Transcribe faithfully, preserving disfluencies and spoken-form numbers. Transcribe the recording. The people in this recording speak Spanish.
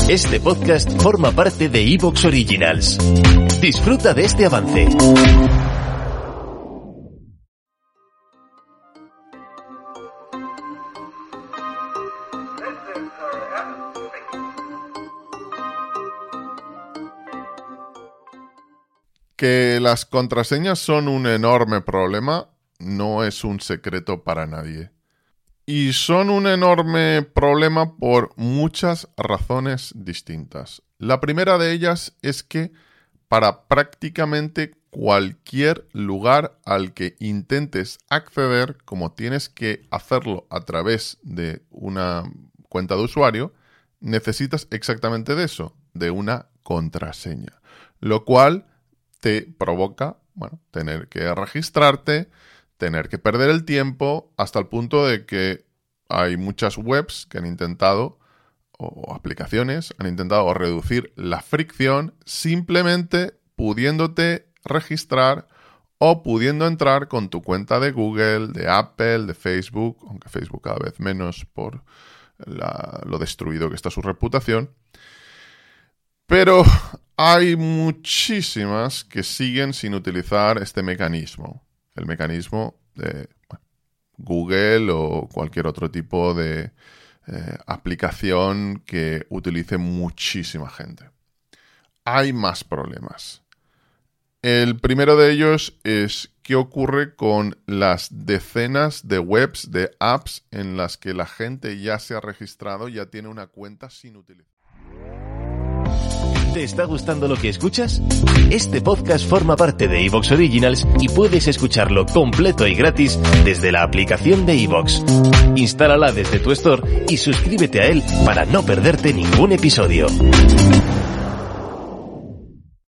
Este podcast forma parte de iVoox Originals. Disfruta de este avance. Que las contraseñas son un enorme problema no es un secreto para nadie. Y son un enorme problema por muchas razones distintas. La primera de ellas es que para prácticamente cualquier lugar al que intentes acceder, como tienes que hacerlo a través de una cuenta de usuario, necesitas exactamente de eso, de una contraseña. Lo cual te provoca, bueno, tener que registrarte, tener que perder el tiempo, hasta el punto de que hay muchas webs que han intentado, o aplicaciones, han intentado reducir la fricción simplemente pudiéndote registrar o pudiendo entrar con tu cuenta de Google, de Apple, de Facebook, aunque Facebook cada vez menos por la, lo destruido que está su reputación. Pero hay muchísimas que siguen sin utilizar este mecanismo. El mecanismo de bueno, Google o cualquier otro tipo de eh, aplicación que utilice muchísima gente. Hay más problemas. El primero de ellos es qué ocurre con las decenas de webs, de apps en las que la gente ya se ha registrado, ya tiene una cuenta sin utilizar. ¿Te está gustando lo que escuchas? Este podcast forma parte de iVoox Originals y puedes escucharlo completo y gratis desde la aplicación de iVoox. Instálala desde tu store y suscríbete a él para no perderte ningún episodio.